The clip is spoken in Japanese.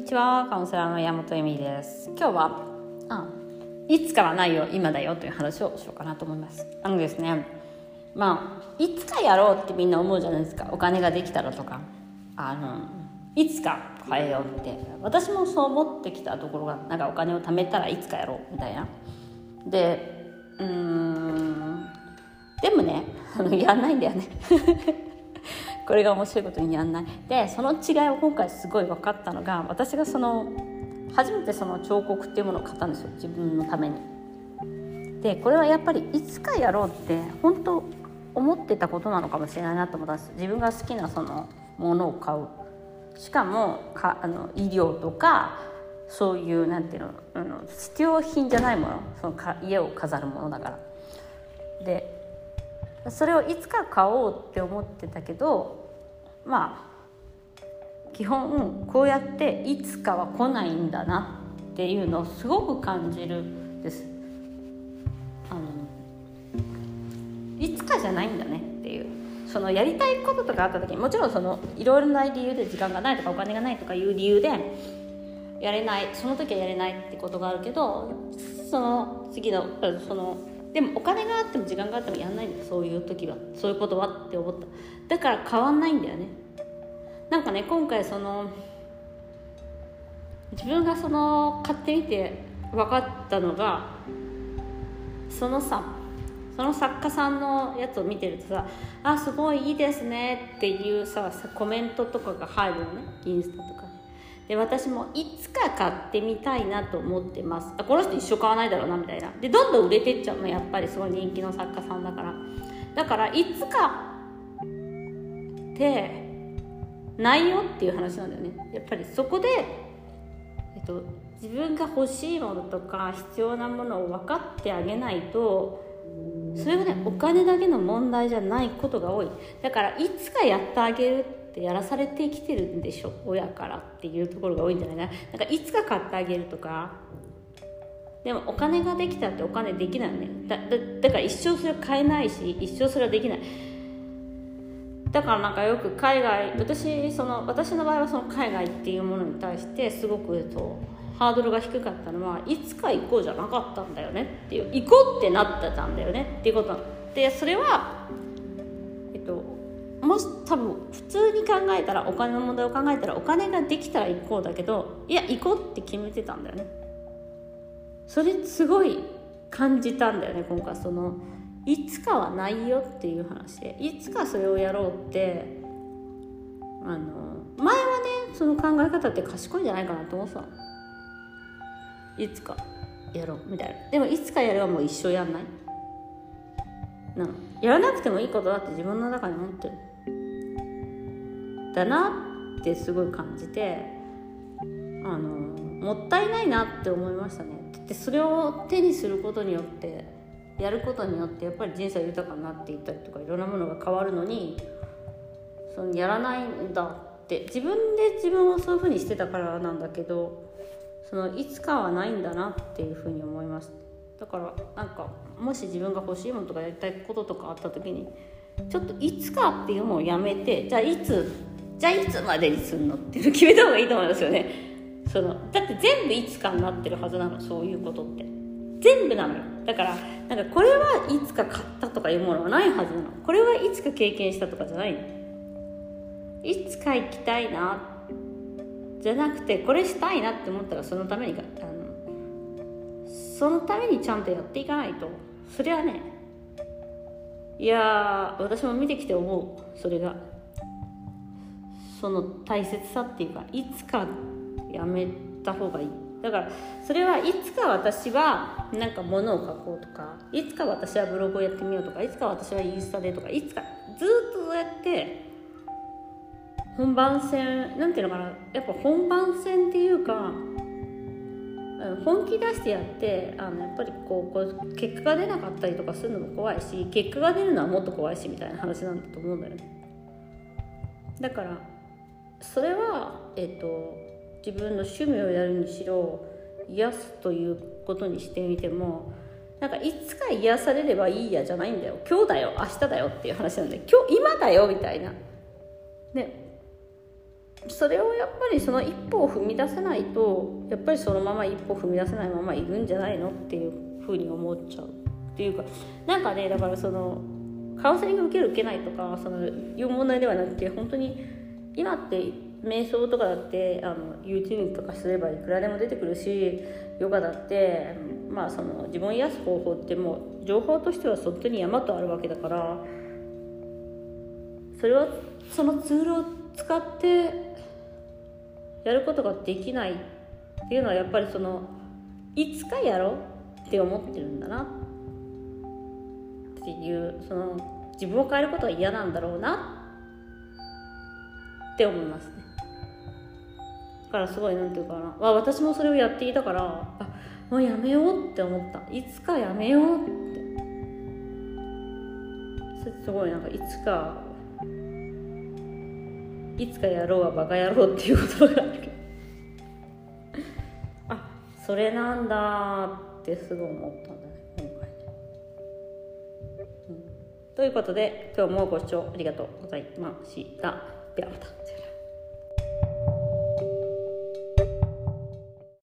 ちは、カウンセラーの山本恵美です。今日はいつかはないよ、今だよという話をしようかなと思います。ですね、いつかやろうってみんな思うじゃないですか。お金ができたらとかいつか変えようって、私もそう思ってきたところが、お金を貯めたらいつかやろうみたいな。ででもね、やんないんだよねこれが面白いことにやんないで、その違いを今回すごい分かったのが、私が初めてその彫刻っていうものを買ったんですよ、自分のために。でこれはやっぱりいつかやろうって本当思ってたことなのかもしれないなと思ったんです。自分が好きなそのものを買う、しかも医療とかそういう必要品じゃないもの、家を飾るものだから。でそれをいつか買おうって思ってたけど、基本こうやっていつかは来ないんだなっていうのをすごく感じるんです。いつかじゃないんだねっていう、やりたいこととかあった時に、もちろんいろいろな理由で時間がないとかお金がないとかいう理由でやれない、その時はやれないってことがあるけど、次のでもお金があっても時間があってもやんないんだよ、そういう時は、そういうことはって思った。だから変わんないんだよね。今回自分が買ってみて分かったのが、その作家さんのやつを見てるとさ、すごいいいですねっていうコメントとかが入るのね、インスタとかで。私もいつか買ってみたいなと思ってます。この人一生買わないだろうなみたいな。でどんどん売れてっちゃうの、やっぱりすごい人気の作家さんだから。だからいつかってないよっていう話なんだよね。やっぱりそこで、自分が欲しいものとか必要なものを分かってあげないと、それはね、お金だけの問題じゃないことが多い。だからいつかやってあげるってやらされてきてるんでしょ、親からっていうところが多いんじゃないかな。いつか買ってあげるとか。でもお金ができたってお金できないよね。だから一生それは買えないし、一生それはできない。だからよく海外、私の場合は海外っていうものに対してすごくハードルが低かったのは、いつか行こうじゃなかったんだよねっていう、行こうってなってたんだよねっていうことで、それはもし多分普通に考えたら、お金の問題を考えたら、お金ができたら行こうだけど、いや行こうって決めてたんだよね。それすごい感じたんだよね、今回。いつかはないよっていう話で、いつかそれをやろうって、前はね、その考え方って賢いんじゃないかなと思ってたの。いつかやろうみたいな。でもいつかやればもう一生やんない、やらなくてもいいことだって自分の中に思ってるだなってすごい感じて、もったいないなって思いましたね。でそれを手にすることによって、やることによって、やっぱり人生豊かになっていったりとか、いろんなものが変わるのに、やらないんだって自分で自分をそういう風にしてたからなんだけど、いつかはないんだなっていう風に思いました。だからもし自分が欲しいものとかやりたいこととかあった時に、ちょっといつかっていうのをやめて、じゃあいつまでにするのっていうのを決めた方がいいと思いますよね。だって全部いつかになってるはずなの、そういうことって全部なのよ。だからこれはいつか買ったとかいうものはないはずなの。これはいつか経験したとかじゃないの。いつか行きたいなじゃなくて、これしたいなって思ったら、そのためにちゃんとやっていかないと、それはね、私も見てきて思う。それが大切さっていうか、いつかやめた方がいい。だからそれはいつか私は物を書こうとか、いつか私はブログをやってみようとか、いつか私はインスタでとか、いつかずっとそうやって本番戦、やっぱ本番戦っていうか、本気出してやって、やっぱり結果が出なかったりとかするのも怖いし、結果が出るのはもっと怖いしみたいな話なんだと思うんだよね。だからそれは自分の趣味をやるにしろ、癒すということにしてみても、いつか癒されればいいやじゃないんだよ。今日だよ、明日だよっていう話なんで、今だよみたいなね。 それをやっぱりその一歩を踏み出せないとやっぱりそのまま一歩踏み出せないままいるんじゃないのっていうふうに思っちゃうっていうか、なんかね、だからそのカウンセリング受ける受けないとかいう問題ではなくて、本当に今って瞑想とかだってYouTube とかすればいくらでも出てくるし、ヨガだってその自分を癒す方法ってもう情報としては本当に山とあるわけだから、それはそのツールを使ってやることができないっていうのはやっぱりいつかやろうって思ってるんだなっていう、自分を変えることは嫌なんだろうなって思いますね。だからすごいなんていうかな、私もそれをやっていたから、もうやめようって思った。いつかやめようって。それすごいなんかいつかやろうはバカ野郎っていう言葉があるけどそれなんだってすごい思ったんだね今回、ということで今日もご視聴ありがとうございました。ではまた。